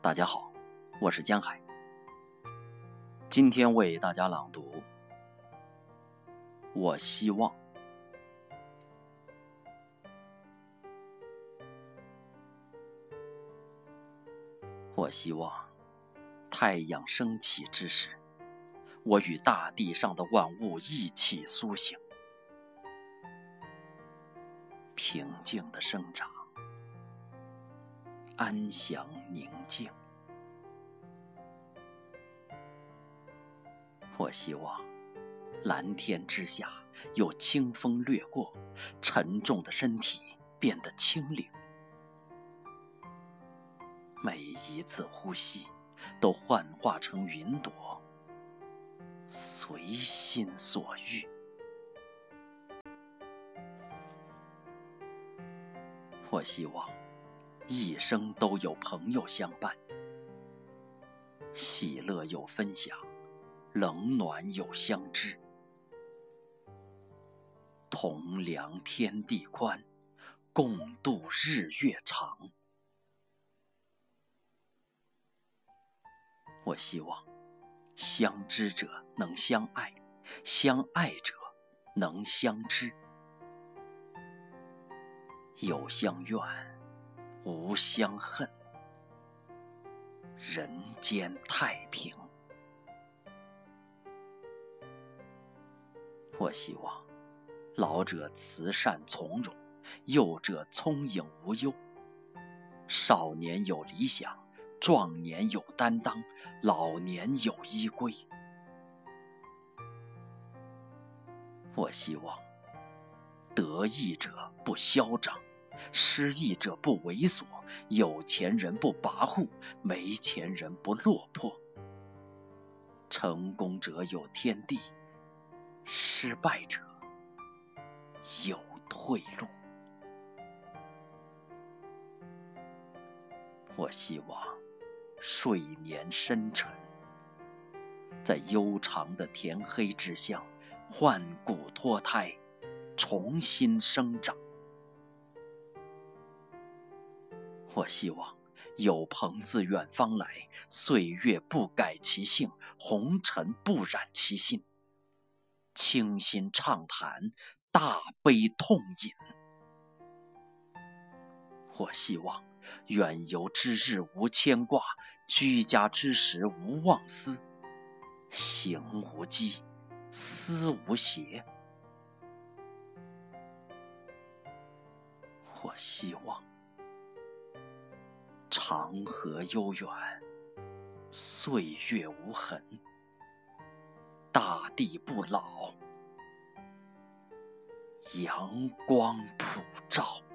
大家好，我是江海。今天为大家朗读我希望。我希望太阳升起之时，我与大地上的万物一起苏醒，平静的生长，安详宁静。我希望蓝天之下有清风掠过，沉重的身体变得轻灵，每一次呼吸都幻化成云朵，随心所欲。我希望一生都有朋友相伴，喜乐有分享，冷暖有相知，同量天地宽，共度日月长。我希望相知者能相爱，相爱者能相知，有相怨，无相恨，人间太平。我希望老者慈善从容，幼者聪颖无忧，少年有理想，壮年有担当，老年有依归。我希望得意者不嚣张，失意者不猥琐，有钱人不跋扈，没钱人不落魄。成功者有天地，失败者有退路。我希望睡眠深沉，在悠长的天黑之乡换骨脱胎，重新生长。我希望有朋自远方来，岁月不改其性，红尘不染其心，倾心畅谈，大悲痛饮。我希望远游之日无牵挂，居家之时无妄思，行无羁，思无邪。我希望长河悠远，岁月无痕，大地不老，阳光普照。